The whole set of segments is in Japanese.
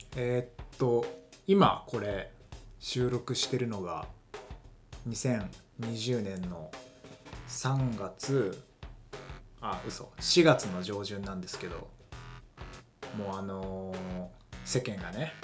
今これ収録してるのが2020年の3月4月の上旬なんですけど、もう世間がね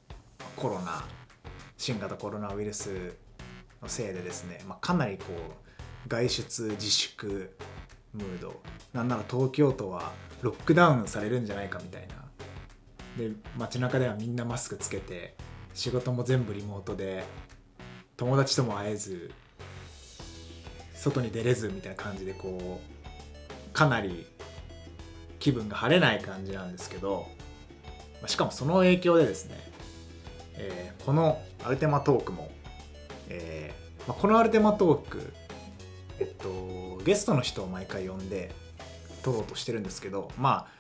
新型コロナウイルスのせいでですね、かなり外出自粛ムード、なんなら東京都はロックダウンされるんじゃないかみたいな。で街中ではみんなマスクつけて、仕事も全部リモートで、友達とも会えず外に出れずみたいな感じで、かなり気分が晴れない感じなんですけど、しかもその影響でですね、このアルテマトークも、このアルテマトーク、ゲストの人を毎回呼んで撮ろうとしてるんですけど、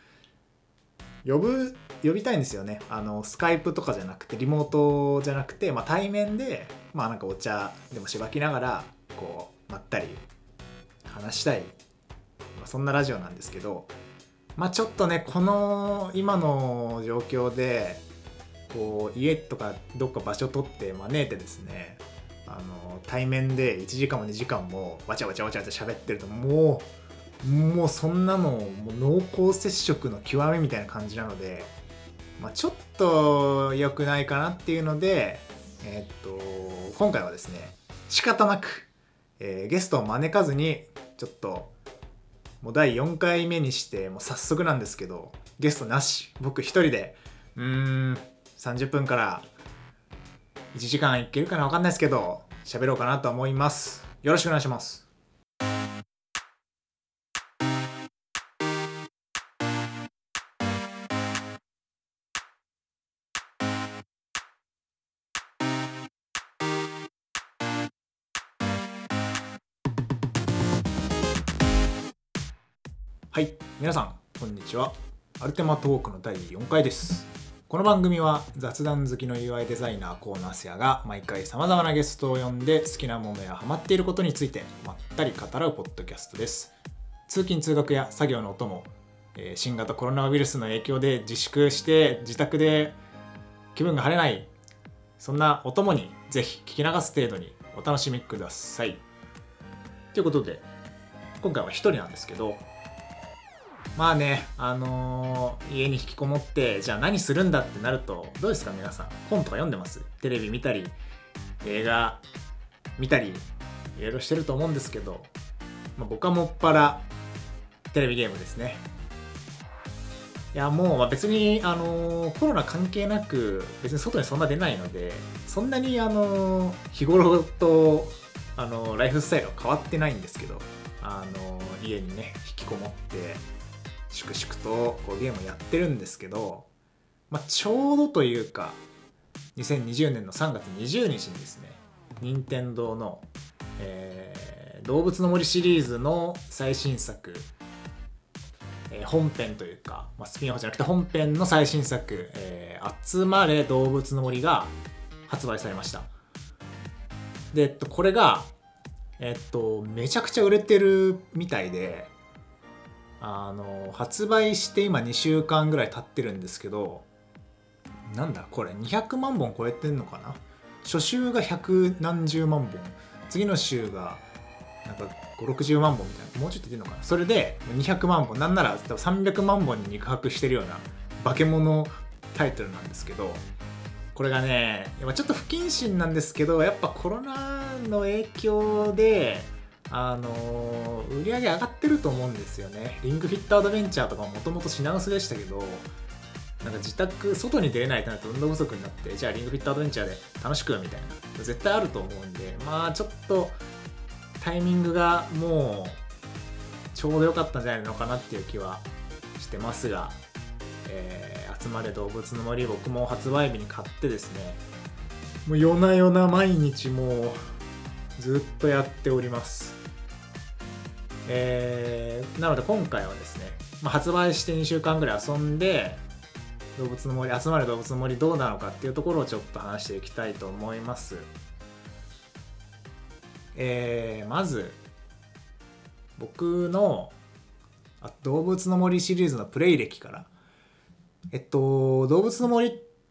呼びたいんですよね。スカイプとかじゃなくて、リモートじゃなくて、対面でなんかお茶でもしばきながらまったり話したい、そんなラジオなんですけど、ちょっとね、この今の状況で家とかどっか場所取って招いてですね、対面で1時間も2時間もわちゃわちゃ喋ってると、もうそんなのもう濃厚接触の極みみたいな感じなので、ちょっと良くないかなっていうので、今回はですね、仕方なく、ゲストを招かずに、ちょっともう第4回目にして、もう早速なんですけど、ゲストなし、僕一人で30分から1時間いけるかな、分かんないですけど喋ろうかなと思います。よろしくお願いします。はい、皆さんこんにちは。アルテマトークの第4回です。この番組は雑談好きの UI デザイナーコーナスヤが毎回様々なゲストを呼んで、好きなものやハマっていることについてまったり語らうポッドキャストです。通勤通学や作業のお供、新型コロナウイルスの影響で自粛して自宅で気分が晴れない、そんなお供にぜひ聞き流す程度にお楽しみください。ということで、今回は一人なんですけど、家に引きこもって、じゃあ何するんだってなると、どうですか皆さん。本とか読んでます？テレビ見たり、映画見たり、いろいろしてると思うんですけど、僕はもっぱらテレビゲームですね。いや、もう別にコロナ関係なく、別に外にそんな出ないので、そんなに日頃とライフスタイルは変わってないんですけど、家にね引きこもって粛々とゲームをやってるんですけど、ちょうどというか2020年の3月20日にですね、任天堂の、動物の森シリーズの最新作、本編というか、スピンオフじゃなくて本編の最新作、集まれ動物の森が発売されました。で、これがめちゃくちゃ売れてるみたいで、発売して今2週間ぐらい経ってるんですけど、これ200万本超えてんのかな。初週が100何十万本、次の週がなんか560万本みたいな、もうちょっと出るのかな。それで200万本、なんなら300万本に肉薄してるような化け物タイトルなんですけど、これがね、ちょっと不謹慎なんですけど、やっぱコロナの影響で売り上げ上がってると思うんですよね。リングフィットアドベンチャーとかもともと品薄でしたけど、なんか自宅外に出れないとなると運動不足になって、じゃあリングフィットアドベンチャーで楽しくみたいな、絶対あると思うんで、ちょっとタイミングがもうちょうど良かったんじゃないのかなっていう気はしてますが、集まれ動物の森、僕も発売日に買ってですね、もう夜な夜な毎日もうずっとやっております。なので今回はですね、発売して2週間ぐらい遊んで、動物の森、集まれ動物の森どうなのかっていうところをちょっと話していきたいと思います。まず僕の動物の森シリーズのプレイ歴から、動物の森っ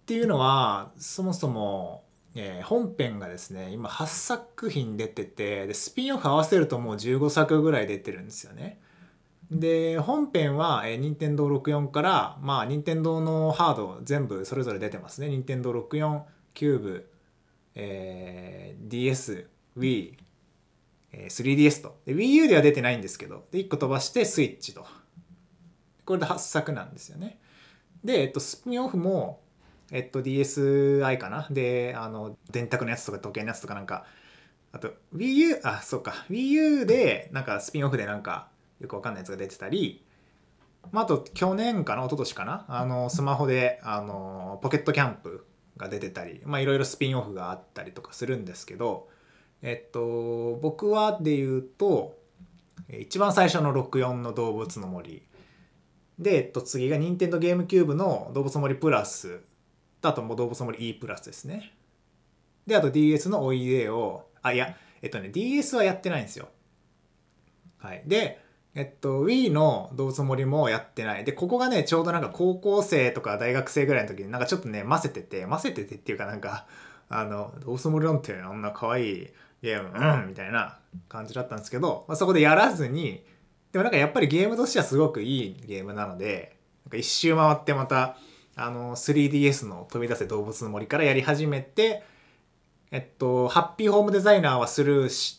っていうのはそもそも、本編がですね今8作品出てて、でスピンオフ合わせるともう15作ぐらい出てるんですよね。で本編は、任天堂64からまあ任天堂のハード全部それぞれ出てますね。任天堂64、キューブ、DS、Wii、3DS と。で Wii U では出てないんですけど、で1個飛ばしてスイッチと。これで8作なんですよね。で、スピンオフも、DSi かなで、電卓のやつとか時計のやつとかなんか、あと Wii U、あ、そうか、Wii U でなんかスピンオフでなんかよくわかんないやつが出てたり、まあ、あと去年かな、一昨年かな、スマホで、ポケットキャンプが出てたり、まあいろいろスピンオフがあったりとかするんですけど、僕はで言うと、一番最初の64の動物の森で、次が任天堂ゲームキューブの動物の森プラスと、あともう動物の森 E プラスですね。で、あと DS のおいでを、いや、DS はやってないんですよ。はい。で、Wii の動物の森もやってない。で、ここがね、ちょうどなんか高校生とか大学生ぐらいの時になんかちょっとね、混ぜててっていうかなんか、動物の森なんてあんな可愛いゲーム、みたいな感じだったんですけど、まあ、そこでやらずに、でもなんかやっぱりゲームとしてはすごくいいゲームなので、なんか一周回ってまた、3DS の飛び出せ動物の森からやり始めて、ハッピーホームデザイナーはスルーして、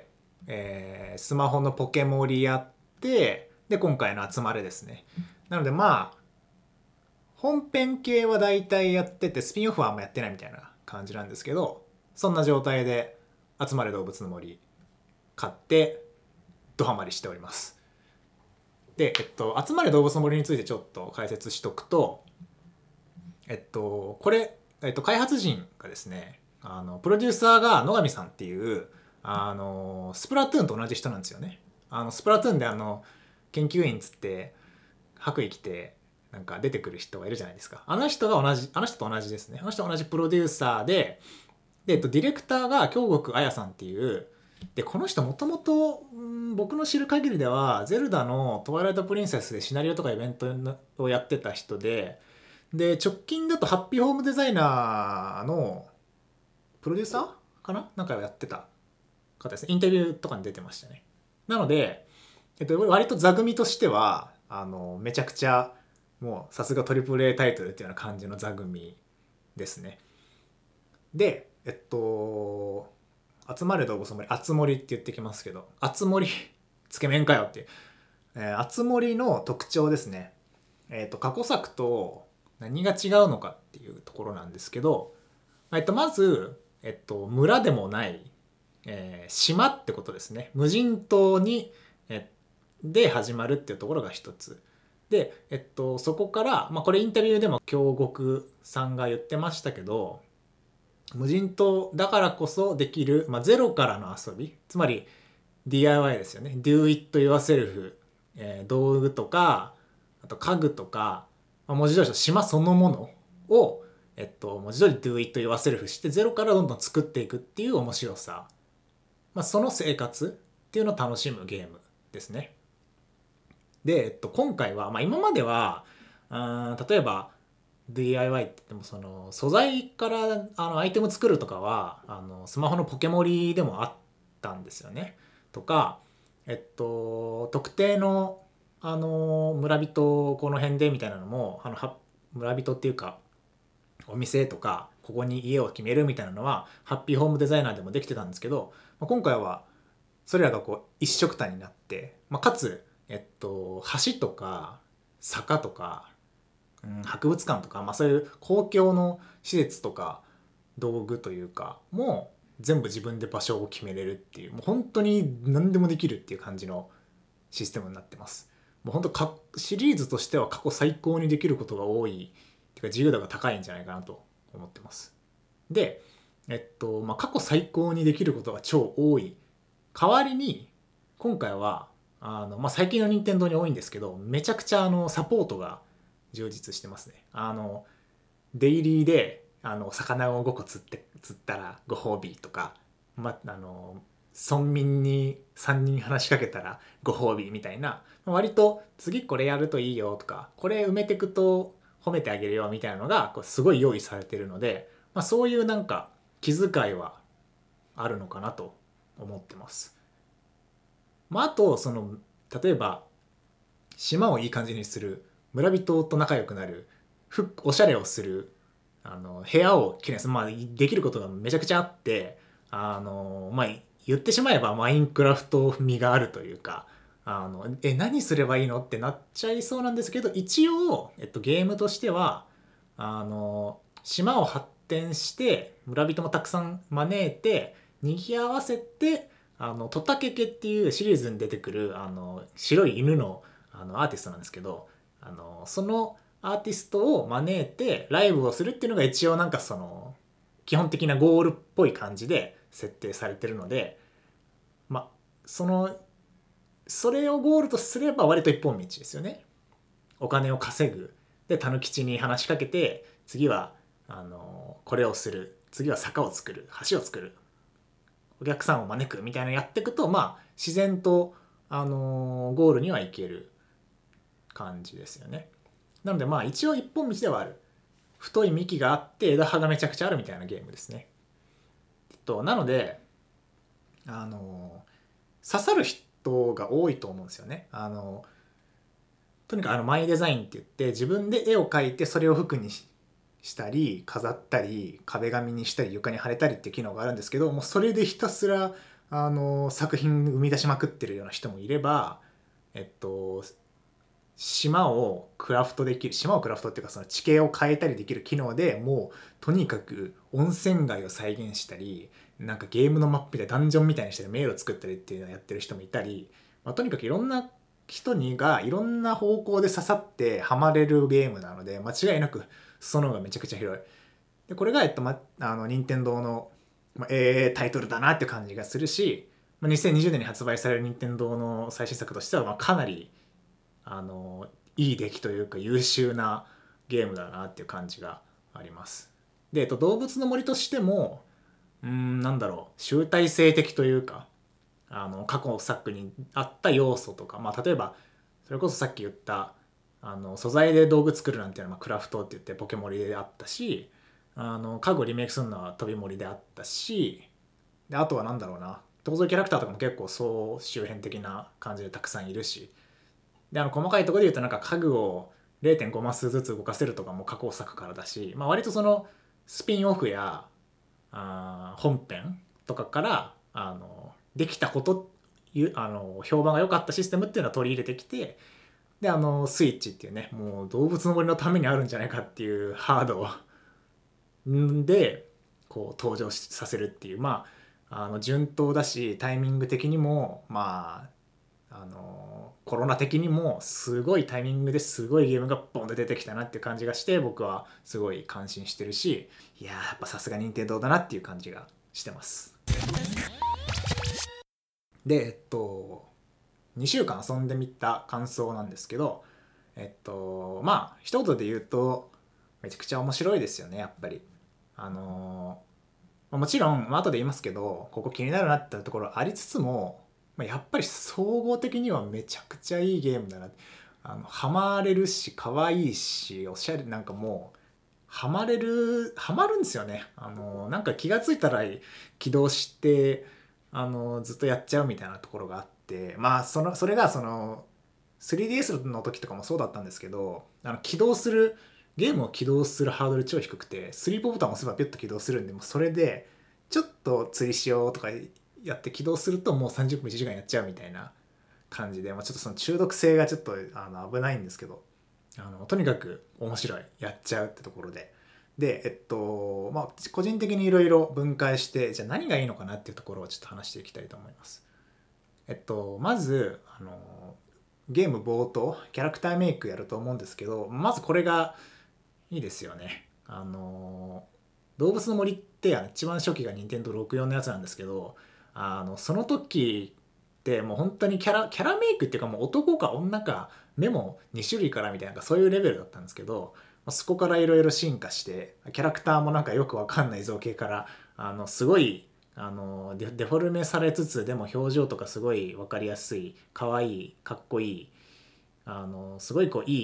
スマホのポケモリやって、で、今回の集まれですね。なのでまあ、本編系は大体やってて、スピンオフはあんまやってないみたいな感じなんですけど、そんな状態で、集まれ動物の森買って、ドハマりしております。で、集まれ動物の森についてちょっと解説しとくと、これ、開発陣がですね、プロデューサーが野上さんっていう、スプラトゥーンと同じ人なんですよね。スプラトゥーンで研究員つって白衣着てなんか出てくる人がいるじゃないですか。あの人と同じですね。あの人と同じプロデューサーで、ディレクターが京極彩さんっていう、でこの人もともと僕の知る限りではゼルダのトワイライトプリンセスでシナリオとかイベントをやってた人で、直近だとハッピーホームデザイナーのプロデューサーかななんかやってた方ですね。インタビューとかに出てましたね。なので、割と座組としてはめちゃくちゃもうさすがトリプル A タイトルっていうような感じの座組ですね。で集まれ動物の森、あつ森って言ってきますけど、あつ森つけ麺かよっていう、あつ森の特徴ですね。過去作と何が違うのかっていうところなんですけど、まず、村でもない、島ってことですね。無人島に、で始まるっていうところが一つ。で、そこから、まあ、これインタビューでも京極さんが言ってましたけど、無人島だからこそできる、まあ、ゼロからの遊び、つまり DIY ですよね。Do it yourself、道具とか、あと家具とか、まあ、文字通り島そのものを、文字通り Do it yourself してゼロからどんどん作っていくっていう面白さ、まあ、その生活っていうのを楽しむゲームですね。で、今回は、まあ、今までは例えば DIY って言ってもその素材からアイテム作るとかはスマホのポケモリでもあったんですよね。とか、特定の村人この辺でみたいなのも村人っていうかお店とかここに家を決めるみたいなのはハッピーホームデザイナーでもできてたんですけど、今回はそれらがこう一緒くたになって、かつ、橋とか坂とか、博物館とか、そういう公共の施設とか道具というかも全部自分で場所を決めれるっていう、もう本当に何でもできるっていう感じのシステムになってます。もう本当シリーズとしては過去最高にできることが多いっていうか自由度が高いんじゃないかなと思ってます。で、過去最高にできることが超多い代わりに今回は最近の任天堂に多いんですけど、めちゃくちゃサポートが充実してますね。デイリーで魚を5個釣ったらご褒美とか、村民に3人話しかけたらご褒美みたいな、割と次これやるといいよとか、これ埋めてくと褒めてあげるよみたいなのがこうすごい用意されてるので、そういうなんか気遣いはあるのかなと思ってます。あとその例えば島をいい感じにする、村人と仲良くなる、おしゃれをする、部屋をきれいにする、できることがめちゃくちゃあって、言ってしまえばマインクラフト味があるというか、何すればいいのってなっちゃいそうなんですけど、一応、ゲームとしては島を発展して村人もたくさん招いて賑わせて、トタケケっていうシリーズに出てくる白い犬のアーティストなんですけど、そのアーティストを招いてライブをするっていうのが一応なんかその基本的なゴールっぽい感じで設定されてるので、まあそのそれをゴールとすれば割と一本道ですよね。お金を稼ぐ、でたぬきちに話しかけて、次はこれをする、次は坂を作る、橋を作る、お客さんを招くみたいなのやっていくと、自然とゴールには行ける感じですよね。なので一応一本道ではある。太い幹があって枝葉がめちゃくちゃあるみたいなゲームですね。なので刺さる人が多いと思うんですよね。とにかくマイデザインって言って自分で絵を描いてそれを服にしたり飾ったり壁紙にしたり床に貼れたりっていう機能があるんですけど、もうそれでひたすら作品生み出しまくってるような人もいれば、島をクラフトできる、島をクラフトっていうかその地形を変えたりできる機能でもうとにかく温泉街を再現したり、なんかゲームのマップでダンジョンみたいにして迷路作ったりっていうのをやってる人もいたり、とにかくいろんな人がいろんな方向で刺さってハマれるゲームなので、間違いなく裾野がめちゃくちゃ広い。でこれが任天堂の、タイトルだなって感じがするし、2020年に発売される任天堂の最新作としてはかなりいい出来というか優秀なゲームだなっていう感じがあります。で、動物の森としてもなんだろう、集大成的というか過去作にあった要素とか、例えばそれこそさっき言った素材で道具作るなんていうのはクラフトって言ってポケモリであったし、家具リメイクするのは飛び森であったし、であとはなんだろうな、登場キャラクターとかも結構そう周辺的な感じでたくさんいるし、で細かいところで言うとなんか家具を0.5マスずつ動かせるとかも過去作からだし、割とそのスピンオフや本編とかからできたこと評判が良かったシステムっていうのは取り入れてきて、でスイッチっていうね、もう動物の森のためにあるんじゃないかっていうハードでこう登場させるっていう、順当だしタイミング的にもコロナ的にもすごいタイミングですごいゲームがボンと出てきたなっていう感じがして、僕はすごい感心してるし、やっぱさすが任天堂だなっていう感じがしてます。で2週間遊んでみた感想なんですけど、一言で言うとめちゃくちゃ面白いですよね、やっぱり。もちろん、後で言いますけどここ気になるなってところありつつも、やっぱり総合的にはめちゃくちゃいいゲームだな。ハマれるし可愛いしおしゃれ、なんかもうハマるんですよね。なんか気がついたら起動してずっとやっちゃうみたいなところがあって、それがその 3DS の時とかもそうだったんですけど、ゲームを起動するハードル超低くて、スリープボタンを押せばピュッと起動するんで、もうそれでちょっと釣りしようとかやって起動するともう30分1時間やっちゃうみたいな感じで、ちょっとその中毒性がちょっと危ないんですけど、とにかく面白い、やっちゃうってところで。で個人的にいろいろ分解して、じゃあ何がいいのかなっていうところをちょっと話していきたいと思います。まずゲーム冒頭キャラクターメイクやると思うんですけど、まずこれがいいですよね。動物の森って一番初期が任天堂64のやつなんですけど、その時ってもう本当にキャラメイクっていうか、もう男か女か目も2種類からみたいな、そういうレベルだったんですけど、そこからいろいろ進化して、キャラクターもなんかよくわかんない造形からすごいデフォルメされつつ、でも表情とかすごい分かりやすい、可愛い、かっこいい、すごいこういい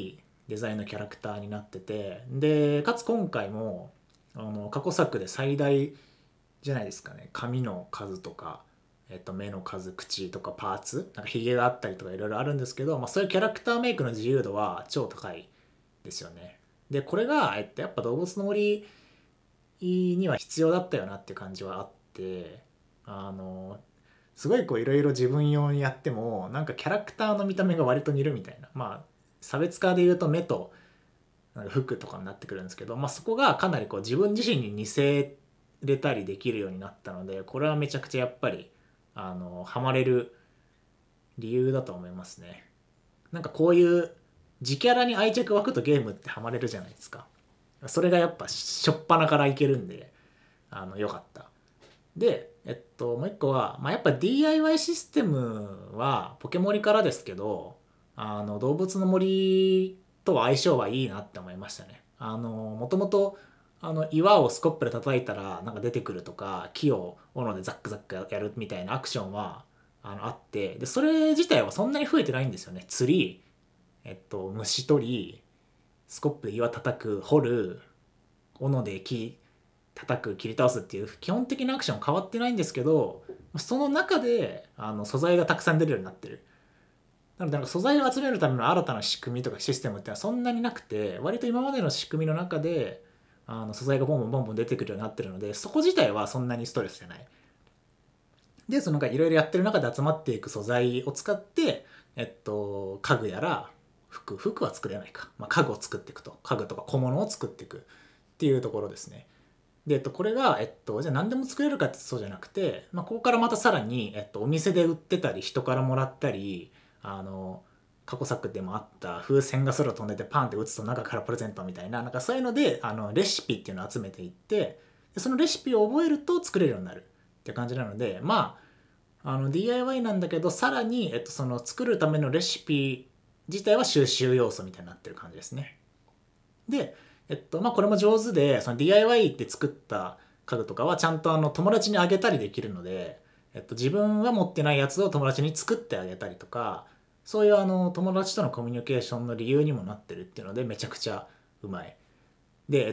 デザインのキャラクターになってて、でかつ今回も過去作で最大じゃないですかね、髪の数とか、目の数、口とかパーツ、なんかヒゲがあったりとかいろいろあるんですけど、そういうキャラクターメイクの自由度は超高いですよね。でこれが、やっぱ動物の森には必要だったよなっていう感じはあって、すごいいろいろ自分用にやってもなんかキャラクターの見た目が割と似るみたいな、差別化で言うと目となんか服とかになってくるんですけど、そこがかなり自分自身に似せれたりできるようになったので、これはめちゃくちゃやっぱりハマれる理由だと思いますね。なんかこういう自キャラに愛着湧くとゲームってハマれるじゃないですか。それがやっぱ初っ端からいけるんで良かった。でもう一個は、やっぱ DIY システムはポケモリからですけど動物の森と相性はいいなって思いましたね。もともと岩をスコップで叩いたらなんか出てくるとか、木を斧でザックザックやるみたいなアクションはあって、でそれ自体はそんなに増えてないんですよね。釣り、虫取り、スコップで岩叩く、掘る、斧で木叩く、切り倒すっていう基本的なアクション変わってないんですけど、その中で素材がたくさん出るようになってる。なのでなんか素材を集めるための新たな仕組みとかシステムってのはそんなになくて、割と今までの仕組みの中で素材がボンボンボンボン出てくるようになってるので、そこ自体はそんなにストレスじゃない。でそのいろいろやってる中で集まっていく素材を使って家具やら服は作れないか、家具を作っていくと、家具とか小物を作っていくっていうところですね。でこれがじゃあ何でも作れるかってそうじゃなくて、ここからまたさらにお店で売ってたり人からもらったり、過去作でもあった風船が空飛んでてパンって打つと中からプレゼントみたいな、なんかそういうのでレシピっていうのを集めていって、でそのレシピを覚えると作れるようになるって感じなので、DIY なんだけどさらに、その作るためのレシピ自体は収集要素みたいになってる感じですね。でこれも上手で、その DIY って作った家具とかはちゃんと友達にあげたりできるので、自分は持ってないやつを友達に作ってあげたりとか、そういう友達とのコミュニケーションの理由にもなってるっていうのでめちゃくちゃうまい。で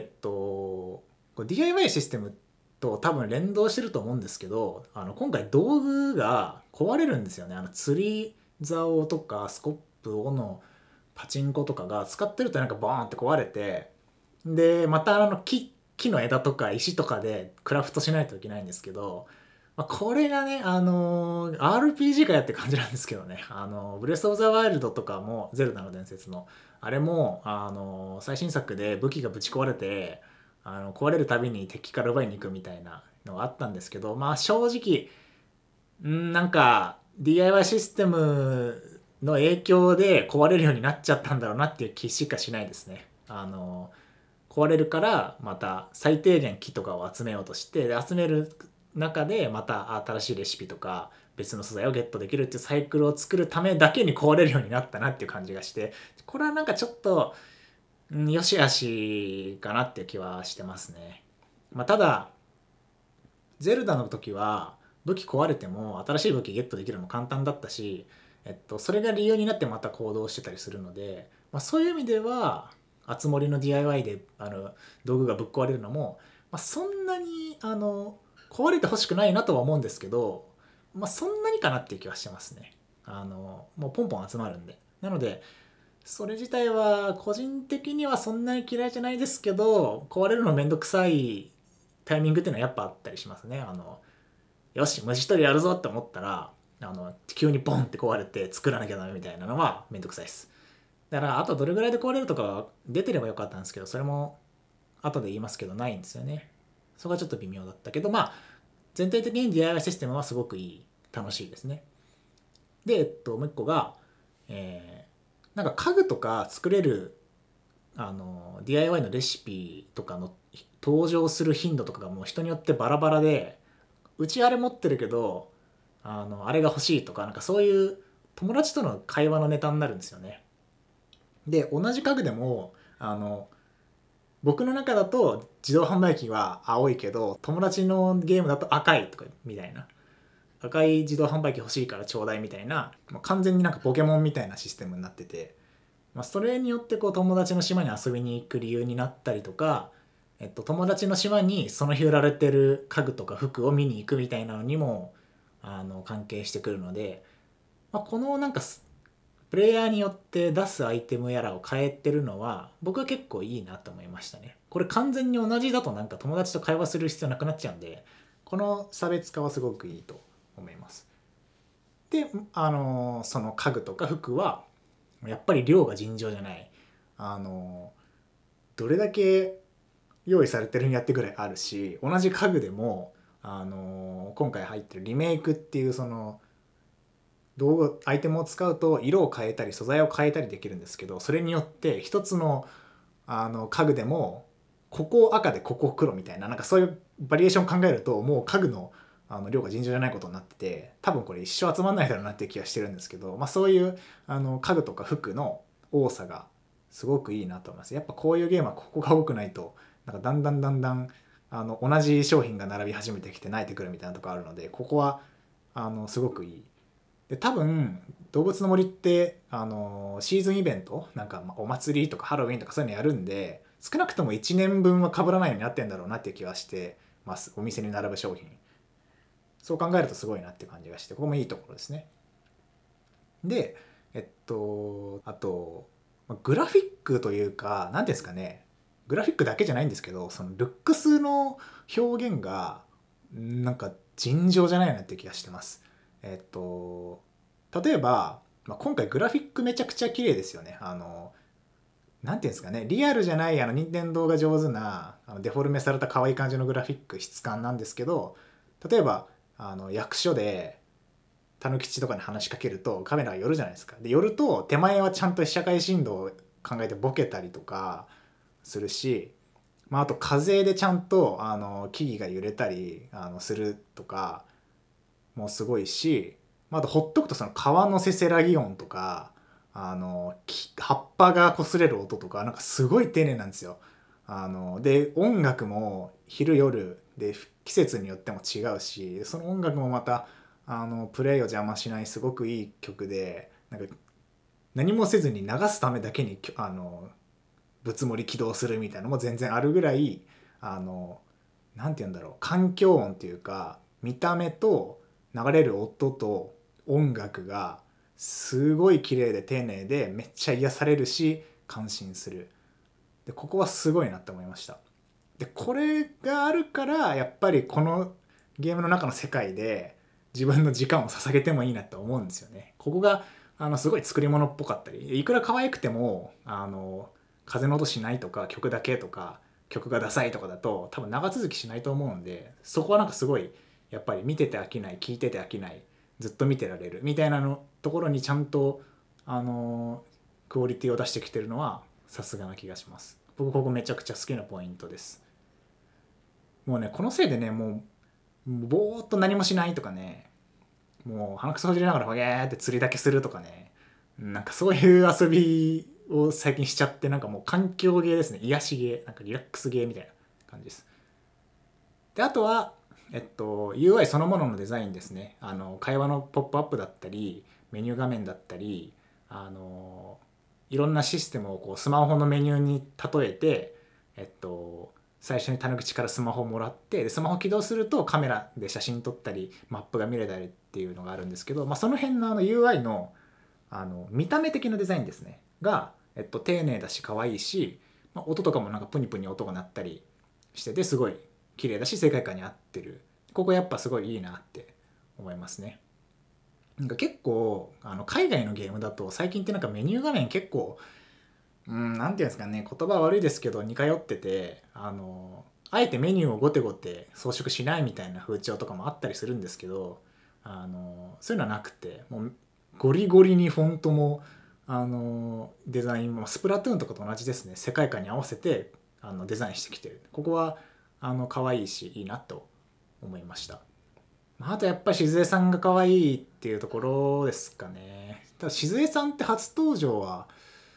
DIY システムと多分連動してると思うんですけど、今回道具が壊れるんですよね。釣り竿とかスコップ、斧、パチンコとかが使ってるとなんかボーンって壊れて、でまた木の枝とか石とかでクラフトしないといけないんですけど、これがねRPG かやって感じなんですけどね。ブレス・オブ・ザ・ワイルドとかも、ゼルダの伝説のあれも最新作で武器がぶち壊れて壊れるたびに敵から奪いに行くみたいなのがあったんですけど、正直なんか DIY システムの影響で壊れるようになっちゃったんだろうなっていう気しかしないですね。壊れるからまた最低限木とかを集めようとして、で集める中でまた新しいレシピとか別の素材をゲットできるっていうサイクルを作るためだけに壊れるようになったなっていう感じがして、これはなんかちょっとよしあしかなっていう気はしてますね。ただゼルダの時は武器壊れても新しい武器ゲットできるのも簡単だったし、それが理由になってまた行動してたりするので、そういう意味ではあつ森の DIY で道具がぶっ壊れるのも、そんなに壊れてほしくないなとは思うんですけど、そんなにかなっていう気はしてますね。もうポンポン集まるんで。なのでそれ自体は個人的にはそんなに嫌いじゃないですけど、壊れるのめんどくさいタイミングっていうのはやっぱあったりしますね。よし虫取りやるぞって思ったら急にボンって壊れて作らなきゃダメみたいなのはめんどくさいです。だからあとどれぐらいで壊れるとか出てればよかったんですけど、それも後で言いますけどないんですよね。そこはちょっと微妙だったけど、全体的に DIY システムはすごくいい、楽しいですね。でもう一個が、なんか家具とか作れるDIY のレシピとかの登場する頻度とかがもう人によってバラバラで、うちあれ持ってるけどあれが欲しいとか、なんかそういう友達との会話のネタになるんですよね。で同じ家具でも僕の中だと自動販売機は青いけど友達のゲームだと赤いとかみたいな、赤い自動販売機欲しいからちょうだいみたいな、完全になんかポケモンみたいなシステムになってて、 それによってこう友達の島に遊びに行く理由になったりとか、友達の島にその日売られてる家具とか服を見に行くみたいなのにも関係してくるので、このなんかプレイヤーによって出すアイテムやらを変えてるのは僕は結構いいなと思いましたね。これ完全に同じだとなんか友達と会話する必要なくなっちゃうんで、この差別化はすごくいいと思います。で、その家具とか服はやっぱり量が尋常じゃない。どれだけ用意されてるんやってぐらいあるし、同じ家具でも今回入ってるリメイクっていうその道具アイテムを使うと色を変えたり素材を変えたりできるんですけど、それによって一つの家具でもここ赤でここ黒みたいな、なんかそういうバリエーションを考えるともう家具の量が尋常じゃないことになってて、多分これ一生集まんないだろうなっていう気がしてるんですけど、そういう家具とか服の多さがすごくいいなと思います。やっぱこういうゲームはここが多くないとなんかだんだん同じ商品が並び始めてきて慣れてくるみたいなところあるので、ここはすごくいい。で多分動物の森ってシーズンイベントなんかお祭りとかハロウィンとかそういうのやるんで、少なくとも1年分は被らないようになってんだろうなっていう気はしてます。お店に並ぶ商品、そう考えるとすごいなっていう感じがして、ここもいいところですね。であとグラフィックというか何ていうんですかね、グラフィックだけじゃないんですけど、そのルックスの表現がなんか尋常じゃないなっていう気がしてます。例えば、今回グラフィックめちゃくちゃ綺麗ですよね。なんていうんですかね、リアルじゃない任天堂が上手なデフォルメされた可愛い感じのグラフィック質感なんですけど、例えば役所でたぬきちとかに話しかけるとカメラが寄るじゃないですか。で寄ると手前はちゃんと被写界深度を考えてボケたりとかするし、あと風でちゃんと木々が揺れたりするとかもすごいし、あとほっとくとその川のせせらぎ音とか葉っぱが擦れる音とかなんかすごい丁寧なんですよ。で音楽も昼夜で季節によっても違うし、その音楽もまたプレイを邪魔しないすごくいい曲で、なんか何もせずに流すためだけにぶつもり起動するみたいなのも全然あるぐらい、なんて言うんだろう、環境音っていうか見た目と流れる音と音楽がすごい綺麗で丁寧でめっちゃ癒されるし感心する。でここはすごいなって思いました。でこれがあるからやっぱりこのゲームの中の世界で自分の時間を捧げてもいいなって思うんですよね。ここがすごい作り物っぽかったり、いくら可愛くても風の音しないとか曲だけとか曲がダサいとかだと多分長続きしないと思うんで、そこはなんかすごいやっぱり見てて飽きない、聞いてて飽きない、ずっと見てられるみたいなのところにちゃんとクオリティを出してきてるのはさすがな気がします。僕ここめちゃくちゃ好きなポイントです。もうねこのせいでね、もうぼーっと何もしないとかね、もう鼻くそほじりながらほげーって釣りだけするとかね、なんかそういう遊びを最近しちゃって、なんかもう環境ゲーですね。癒しゲー、なんかリラックスゲーみたいな感じです。であとはUI そのもののデザインですね。会話のポップアップだったりメニュー画面だったりいろんなシステムをこうスマホのメニューに例えて、最初にタヌ口からスマホをもらって、でスマホ起動するとカメラで写真撮ったりマップが見れたりっていうのがあるんですけど、その辺のUI の見た目的なデザインですねが、丁寧だし可愛いし、音とかもなんかプニプニ音が鳴ったりしててすごい綺麗だし世界観に合ってる。ここやっぱすごいいいなって思いますね。なんか結構海外のゲームだと最近ってなんかメニュー画面結構なんていうんですかね、言葉悪いですけど似通っててあえてメニューをゴテゴテ装飾しないみたいな風潮とかもあったりするんですけど、そういうのはなくてもうゴリゴリにフォントもデザインもスプラトゥーンとかと同じですね。世界観に合わせてデザインしてきてる。ここは可愛いしいいなと思いました。あとやっぱり静江さんが可愛いっていうところですかね。ただ静江さんって初登場は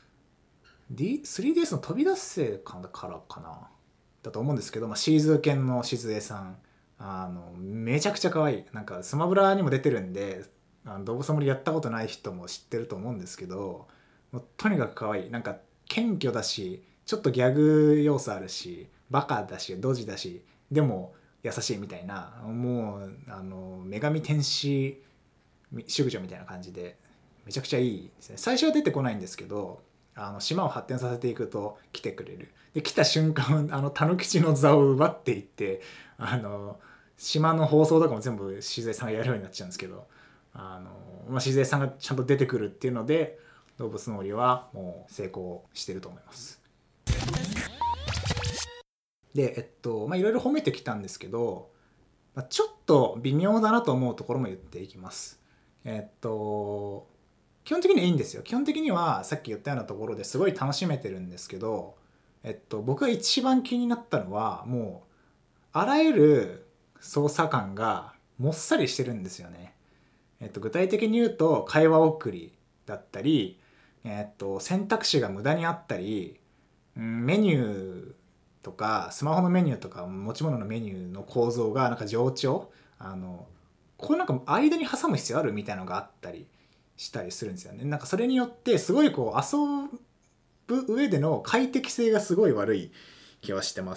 3DS の飛び出せからかなだと思うんですけど、シーズー犬の静江さんめちゃくちゃ可愛い。なんかスマブラにも出てるんで動物森やったことない人も知ってると思うんですけど、 もうとにかく可愛い。なんか謙虚だし、ちょっとギャグ要素あるし、バカだしドジだし、でも優しいみたいな、もう女神天使淑女みたいな感じでめちゃくちゃいいですね。最初は出てこないんですけど、島を発展させていくと来てくれる。で来た瞬間タヌキチの座を奪っていって、島の放送とかも全部しずえさんがやるようになっちゃうんですけど、しずえさんがちゃんと出てくるっていうので、動物の森はもう成功してると思います。でいろいろ褒めてきたんですけど、ちょっと微妙だなと思うところも言っていきます。基本的にはいいんですよ。基本的にはさっき言ったようなところですごい楽しめてるんですけど、僕が一番気になったのは、もうあらゆる操作感がもっさりしてるんですよね。具体的に言うと会話送りだったり、選択肢が無駄にあったり、メニューとかスマホのメニューとか持ち物のメニューの構造がなんか冗長、これなんか間に挟む必要あるみたいなのがあったりしたりするんですよね。なんかそれによってすごいこう遊ぶ上での快適性がすごい悪い気はしてます。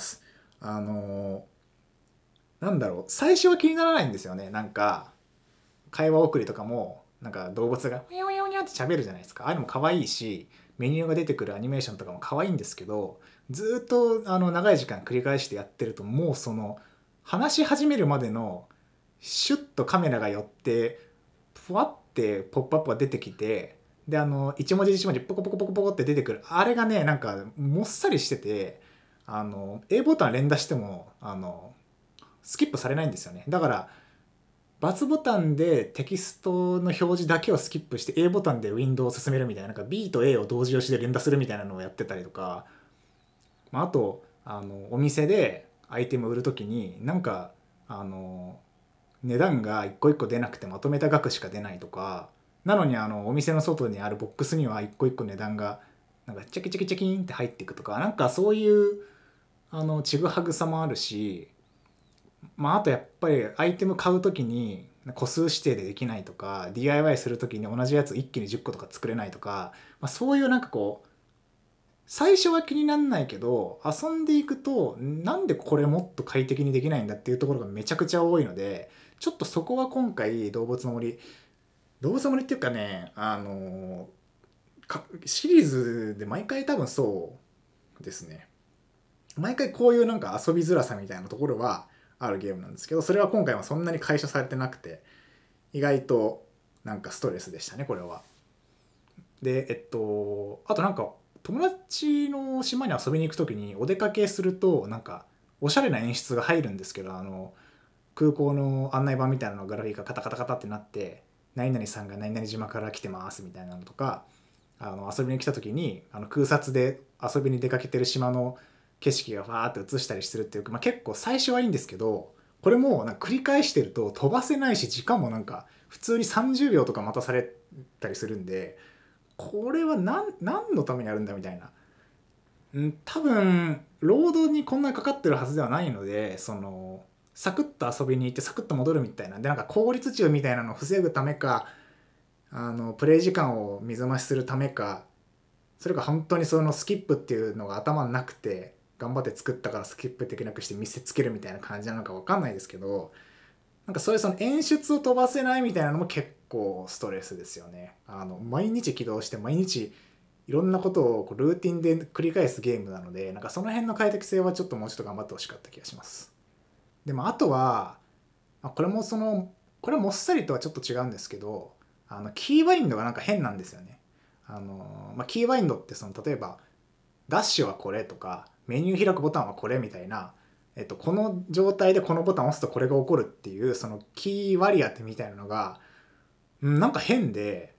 なんだろう、最初は気にならないんですよね。なんか会話送りとかもなんか動物がウニャウニャウニャって喋るじゃないですか。ああいうのも可愛いし、メニューが出てくるアニメーションとかも可愛いんですけど、ずっと長い時間繰り返してやってると、もうその話し始めるまでのシュッとカメラが寄ってふわってポップアップが出てきて、で一文字一文字ポコポコポコポコって出てくるあれがね、なんかもっさりしてて、A ボタン連打してもスキップされないんですよね。だから×ボタンでテキストの表示だけをスキップして A ボタンでウィンドウを進めるみたいな、なんか B と A を同時押しで連打するみたいなのをやってたりとか、あとお店でアイテム売るときになんか値段が一個一個出なくてまとめた額しか出ないとか、なのにお店の外にあるボックスには一個一個値段がなんかチャキチャキチャキンって入っていくとか、なんかそういうちぐはぐさもあるし、あとやっぱりアイテム買うときに個数指定でできないとか、 DIY するときに同じやつ一気に10個とか作れないとか、そういうなんかこう最初は気にならないけど遊んでいくと、なんでこれもっと快適にできないんだっていうところがめちゃくちゃ多いので、ちょっとそこは今回動物の森っていうかね、シリーズで毎回多分そうですね、毎回こういうなんか遊びづらさみたいなところはあるゲームなんですけど、それは今回はそんなに解消されてなくて、意外となんかストレスでしたね、これは。であとなんか友達の島に遊びに行く時にお出かけすると、なんかおしゃれな演出が入るんですけど、空港の案内板みたいなのがガラリーがカタカタカタってなって、何々さんが何々島から来てますみたいなのとか、遊びに来た時に空撮で遊びに出かけてる島の景色がファーって映したりしてるっていう、結構最初はいいんですけど、これもなんか繰り返してると飛ばせないし、時間もなんか普通に30秒とか待たされたりするんで、これは何のためにあるんだみたいな。多分ロードにこんなにかかってるはずではないので、サクッと遊びに行ってサクッと戻るみたいなで、なんか効率中みたいなのを防ぐためか、プレイ時間を水増しするためか、それか本当にそのスキップっていうのが頭になくて頑張って作ったからスキップできなくして見せつけるみたいな感じなのか分かんないですけど、なんかそういうその演出を飛ばせないみたいなのも結構ストレスですよね。毎日起動して毎日いろんなことをこうルーティンで繰り返すゲームなので、なんかその辺の快適性はちょっともうちょっと頑張ってほしかった気がします。でもあとは、これもっさりとはちょっと違うんですけど、キーバインドがなんか変なんですよね。キーバインドって例えばダッシュはこれとかメニュー開くボタンはこれみたいな、この状態でこのボタンを押すとこれが起こるっていうそのキー割り当てみたいなのがなんか変で、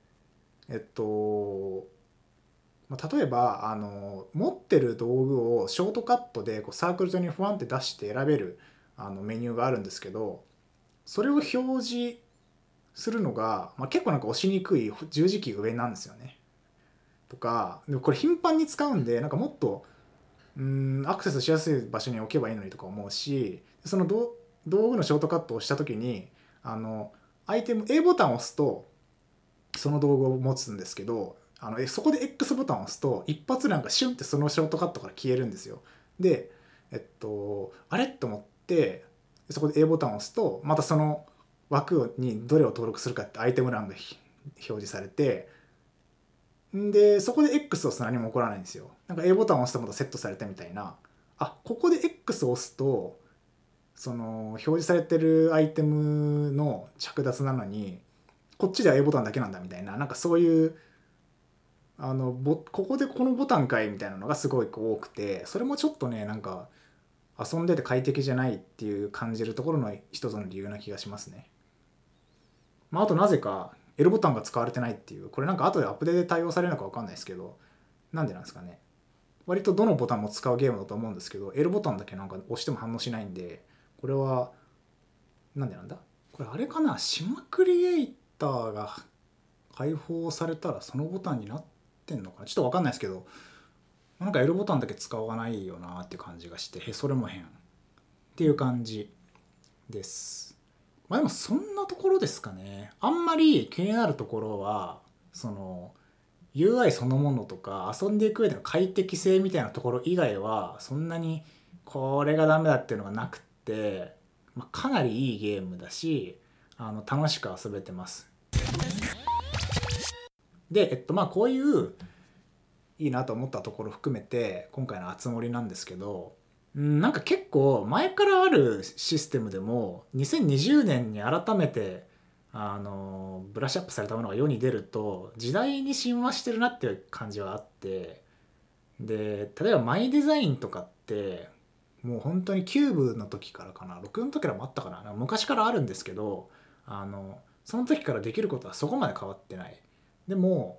例えば持ってる道具をショートカットでこうサークル上にフワンって出して選べるメニューがあるんですけど、それを表示するのが、結構なんか押しにくい十字キーが上なんですよね。とかでもこれ頻繁に使うんで、なんかもっとアクセスしやすい場所に置けばいいのにとか思うし、その道具のショートカットをした時にアイテム A ボタンを押すとその道具を持つんですけど、 そこで X ボタンを押すと一発なんかシュンってそのショートカットから消えるんですよ。であれと思ってそこで A ボタンを押すとまたその枠にどれを登録するかってアイテム欄が表示されて、でそこで X を押すと何も起こらないんですよ。なんか A ボタンを押すとまたセットされたみたいな、ここで X を押すとその表示されてるアイテムの着脱なのにこっちでは A ボタンだけなんだみたいな、なんかそういうここでこのボタンかいみたいなのがすごい多くて、それもちょっとねなんか遊んでて快適じゃないっていう感じるところの一つの理由な気がしますね。あとなぜか L ボタンが使われてないっていう、これなんか後でアップデートで対応されるのか分かんないですけど、なんでなんですかね。割とどのボタンも使うゲームだと思うんですけど L ボタンだけなんか押しても反応しないんで、これはなんでなんだこれあれかな、島クリエイターが解放されたらそのボタンになってんのかな、ちょっと分かんないですけど、なんか L ボタンだけ使わないよなっていう感じがして、それも変っていう感じです。でもそんなところですかね。あんまり気になるところはその UI そのものとか遊んでいく上での快適性みたいなところ以外はそんなにこれがダメだっていうのがなくて、かなりいいゲームだし楽しく遊べてます。でこういういいなと思ったところ含めて今回のあつ森なんですけど、なんか結構前からあるシステムでも2020年に改めてブラッシュアップされたものが世に出ると時代に親和してるなっていう感じはあって、で例えばマイデザインとかってもう本当にキューブの時からかな、6の時からもあったかな、昔からあるんですけどその時からできることはそこまで変わってない。でも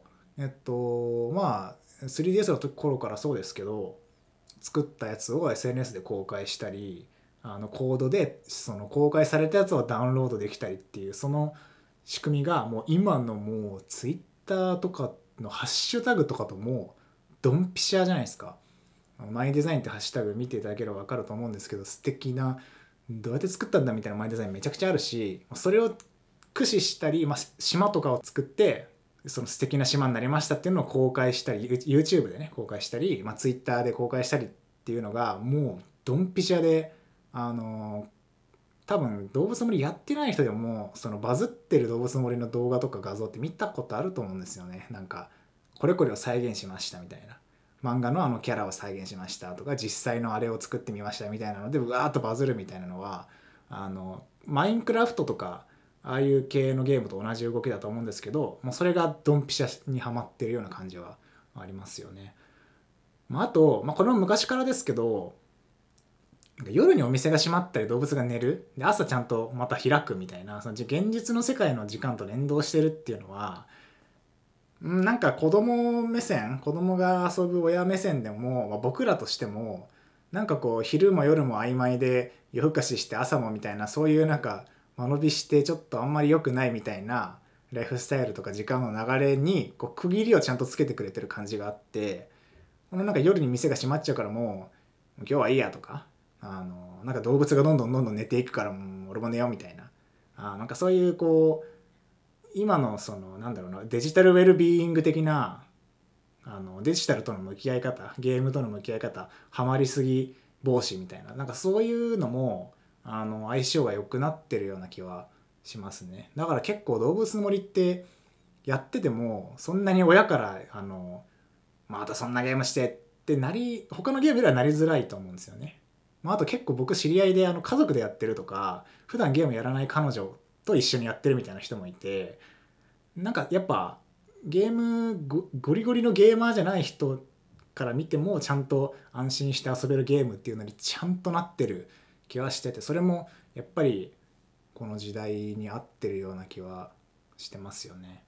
3DS の頃からそうですけど作ったやつを SNS で公開したりコードでその公開されたやつをダウンロードできたりっていうその仕組みがもう今のもう Twitter とかのハッシュタグとかともうドンピシャじゃないですか。マイデザインってハッシュタグ見ていただければ分かると思うんですけど、素敵などうやって作ったんだみたいなマイデザインめちゃくちゃあるし、それを駆使したり、島とかを作ってその素敵な島になりましたっていうのを公開したり YouTube でね公開したり、Twitter で公開したりっていうのがもうドンピシャで多分動物の森やってない人でもそのバズってる動物の森の動画とか画像って見たことあると思うんですよね。なんかこれこれを再現しましたみたいな、漫画のキャラを再現しましたとか実際のあれを作ってみましたみたいなのでうわーっとバズるみたいなのはマインクラフトとかああいう系のゲームと同じ動きだと思うんですけど、もうそれがドンピシャにはまってるような感じはありますよね。あと、これも昔からですけど、夜にお店が閉まったり動物が寝るで朝ちゃんとまた開くみたいな、その現実の世界の時間と連動してるっていうのはなんか子供目線、子供が遊ぶ親目線でも、僕らとしてもなんかこう昼も夜も曖昧で夜更かしして朝もみたいな、そういうなんか間延びしてちょっとあんまり良くないみたいなライフスタイルとか時間の流れにこう区切りをちゃんとつけてくれてる感じがあって、このなんか夜に店が閉まっちゃうからもう今日はいいやとか、なんか動物がどんどんどんどん寝ていくからもう俺も寝ようみたいな、なんかそういうこう今のそのなんだろうな、デジタルウェルビーイング的なデジタルとの向き合い方、ゲームとの向き合い方、ハマりすぎ防止みたいな、なんかそういうのも相性が良くなってるような気はしますね。だから結構動物の森ってやっててもそんなに親からまたそんなゲームしてって他のゲームではなりづらいと思うんですよね。あと結構僕知り合いで家族でやってるとか普段ゲームやらない彼女と一緒にやってるみたいな人もいて、なんかやっぱゲームゴリゴリのゲーマーじゃない人から見てもちゃんと安心して遊べるゲームっていうのにちゃんとなってる気はしてて、それもやっぱりこの時代に合ってるような気はしてますよね。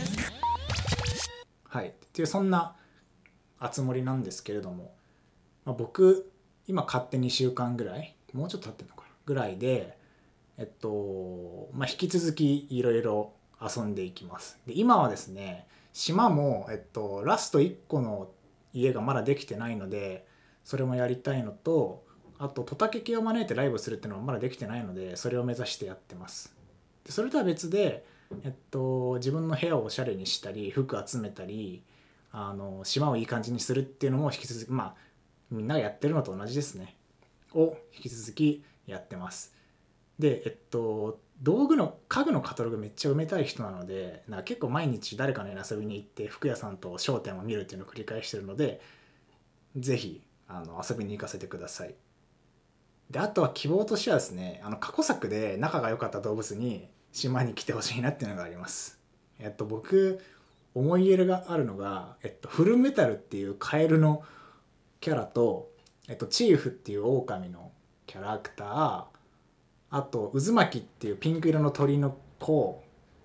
はいっていうそんなあつ森なんですけれども、僕今買って2週間ぐらい、もうちょっと経ってるのかなぐらいで引き続きいろいろ遊んでいきます。で今はですね島も、ラスト1個の家がまだできてないのでそれもやりたいのと、あとトタケ系を招いてライブするっていうのもまだできてないのでそれを目指してやってます。でそれとは別で、自分の部屋をおしゃれにしたり服集めたり島をいい感じにするっていうのも引き続きみんながやってるのと同じですねを引き続きやってます。で道具の家具のカタログめっちゃ埋めたい人なので結構毎日誰かの家に遊びに行って服屋さんと商店を見るっていうのを繰り返してるのでぜひ遊びに行かせてください。であとは希望としてはですね過去作で仲が良かった動物に島に来てほしいなっていうのがあります。僕思い入れがあるのが、フルメタルっていうカエルのキャラと、チーフっていう狼のキャラクター、あと渦巻きっていうピンク色の鳥の子、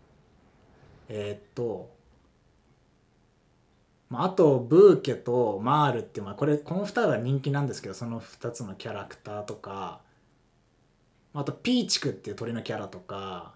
あとブーケとマールっていう、この2人が人気なんですけどその2つのキャラクターとか、あとピーチクっていう鳥のキャラとか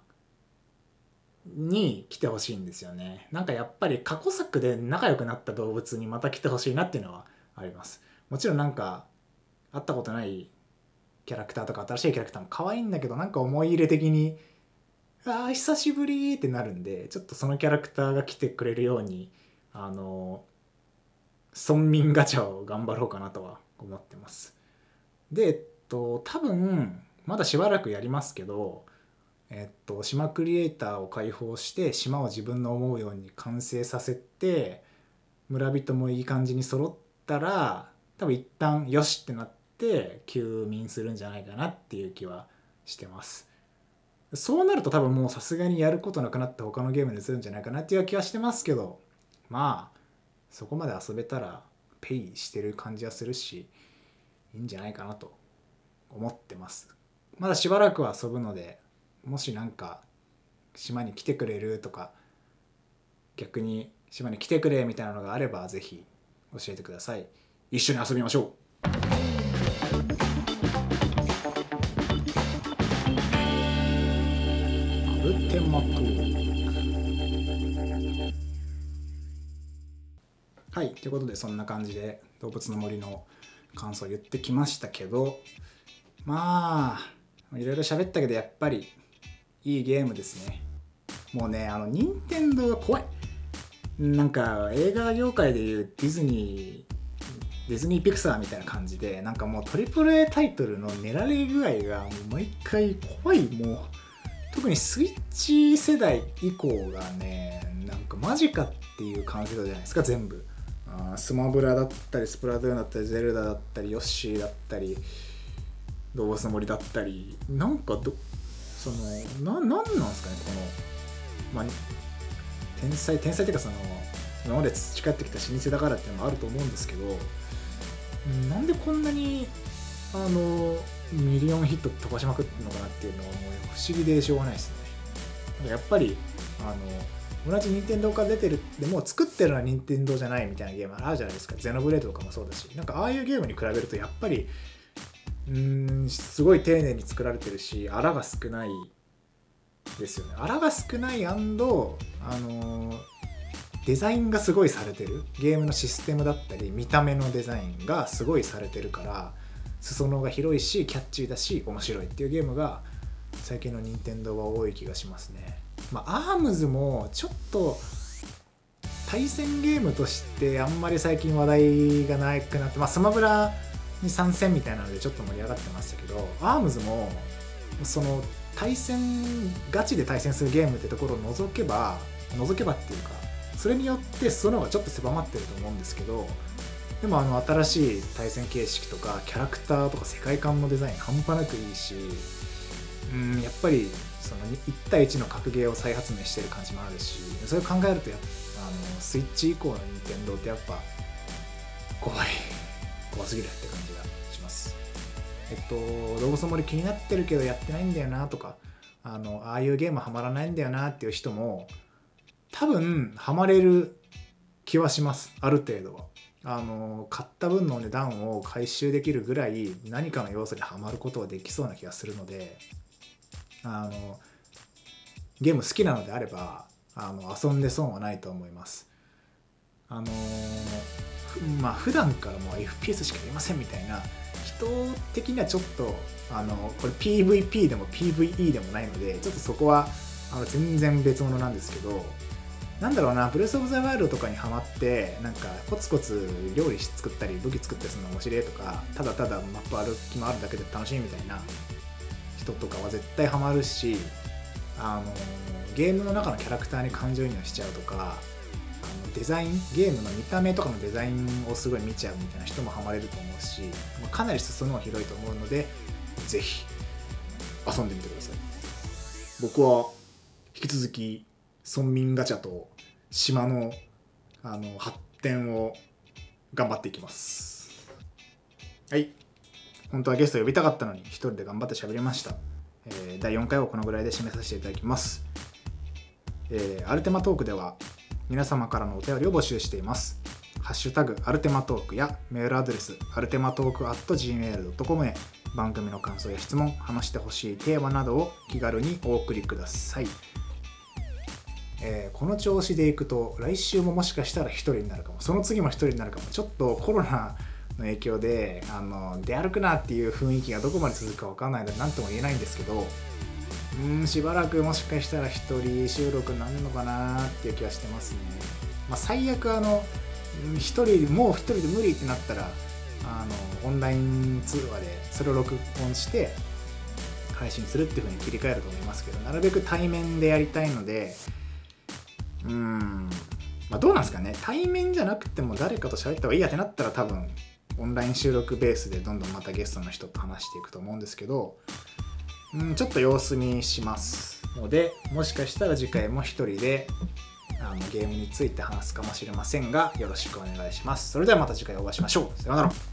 に来てほしいんですよね。やっぱり過去作で仲良くなった動物にまた来てほしいなっていうのはあります。もちろん会ったことないキャラクターとか新しいキャラクターも可愛いんだけど思い入れ的に久しぶりってなるんでちょっとそのキャラクターが来てくれるように村民ガチャを頑張ろうかなとは思ってます。で多分まだしばらくやりますけど島クリエイターを開放して島を自分の思うように完成させて村人もいい感じに揃ったら多分一旦よしってなって休眠するんじゃないかなっていう気はしてます。そうなると多分もうさすがにやることなくなって他のゲームに移るんじゃないかなっていう気はしてますけどそこまで遊べたらペイしてる感じはするしいいんじゃないかなと思ってます。まだしばらくは遊ぶのでもし島に来てくれるとか逆に島に来てくれみたいなのがあればぜひ教えてください。一緒に遊びましょう。アルテマトーク。はいということでそんな感じで動物の森の感想を言ってきましたけどいろいろ喋ったけどやっぱりいいゲームですね。もうね任天堂が怖い。映画業界でいうディズニーピクサーみたいな感じでもうトリプル A タイトルの練られ具合がもう毎回怖い。もう特にスイッチ世代以降がねマジかっていう完成度じゃないですか。全部スマブラだったりスプラトゥーンだったりゼルダだったりヨッシーだったり動物の森だったりなんですかねこの天才っていうか今まで培ってきた老舗だからっていうのもあると思うんですけどなんでこんなにミリオンヒット飛ばしまくってるのかなっていうのはもう不思議でしょうがないですね。やっぱり同じ任天堂から出てるでも作ってるのは任天堂じゃないみたいなゲームあるじゃないですか。ゼノブレードとかもそうだしああいうゲームに比べるとやっぱりすごい丁寧に作られてるしあらが少ないですよね。あらが少ない&デザインがすごいされてるゲームのシステムだったり見た目のデザインがすごいされてるから裾野が広いしキャッチーだし面白いっていうゲームが最近の任天堂は多い気がしますね。アームズもちょっと対戦ゲームとしてあんまり最近話題がなくなってスマブラに参戦みたいなのでちょっと盛り上がってましたけどアームズもそのガチで対戦するゲームってところを除けばっていうかそれによってその方がちょっと狭まってると思うんですけどでも新しい対戦形式とかキャラクターとか世界観のデザイン半端なくいいしやっぱりその1対1の格ゲーを再発明してる感じもあるしそれを考えるとスイッチ以降の任天堂ってやっぱ怖すぎるって感じがします。動物の森気になってるけどやってないんだよなとかああいうゲームハマらないんだよなっていう人も多分ハマれる気はします。ある程度は買った分の値段を回収できるぐらい何かの要素にハマることはできそうな気がするのでゲーム好きなのであれば遊んで損はないと思います。普段からもう FPS しかやりませんみたいな人的にはちょっとこれ PVP でも PVE でもないのでちょっとそこは全然別物なんですけどなんだろうな、ブレスオブザワイルドとかにハマってなんかコツコツ料理作ったり武器作ったりするの面白いとか、ただただマップ歩き回るだけで楽しいみたいな人とかは絶対ハマるし、ゲームの中のキャラクターに感情移入しちゃうとか、デザイン、ゲームの見た目とかのデザインをすごい見ちゃうみたいな人もハマれると思うし、かなり裾野は広いと思うので、ぜひ遊んでみてください。僕は引き続き村民ガチャと島の発展を頑張っていきます。はい、本当はゲスト呼びたかったのに一人で頑張って喋りました。第4回はこのぐらいで締めさせていただきます。アルテマトークでは皆様からのお便りを募集しています。ハッシュタグアルテマトークやメールアドレスアルテマトーク @gmail.com へ番組の感想や質問、話してほしいテーマなどを気軽にお送りください。この調子でいくと来週ももしかしたら1人になるかも、その次も1人になるかも。ちょっとコロナの影響で出歩くなっていう雰囲気がどこまで続くか分かんないので何とも言えないんですけど、しばらくもしかしたら1人収録になるのかなっていう気はしてますね。最悪もう1人で無理ってなったらオンライン通話でそれを録音して配信するっていう風に切り替えると思いますけど、なるべく対面でやりたいので、どうなんですかね。対面じゃなくても誰かと喋った方がいいやってなったら多分オンライン収録ベースでどんどんまたゲストの人と話していくと思うんですけど、ちょっと様子見しますので、もしかしたら次回も一人でゲームについて話すかもしれませんが、よろしくお願いします。それではまた次回お会いしましょう。さようなら。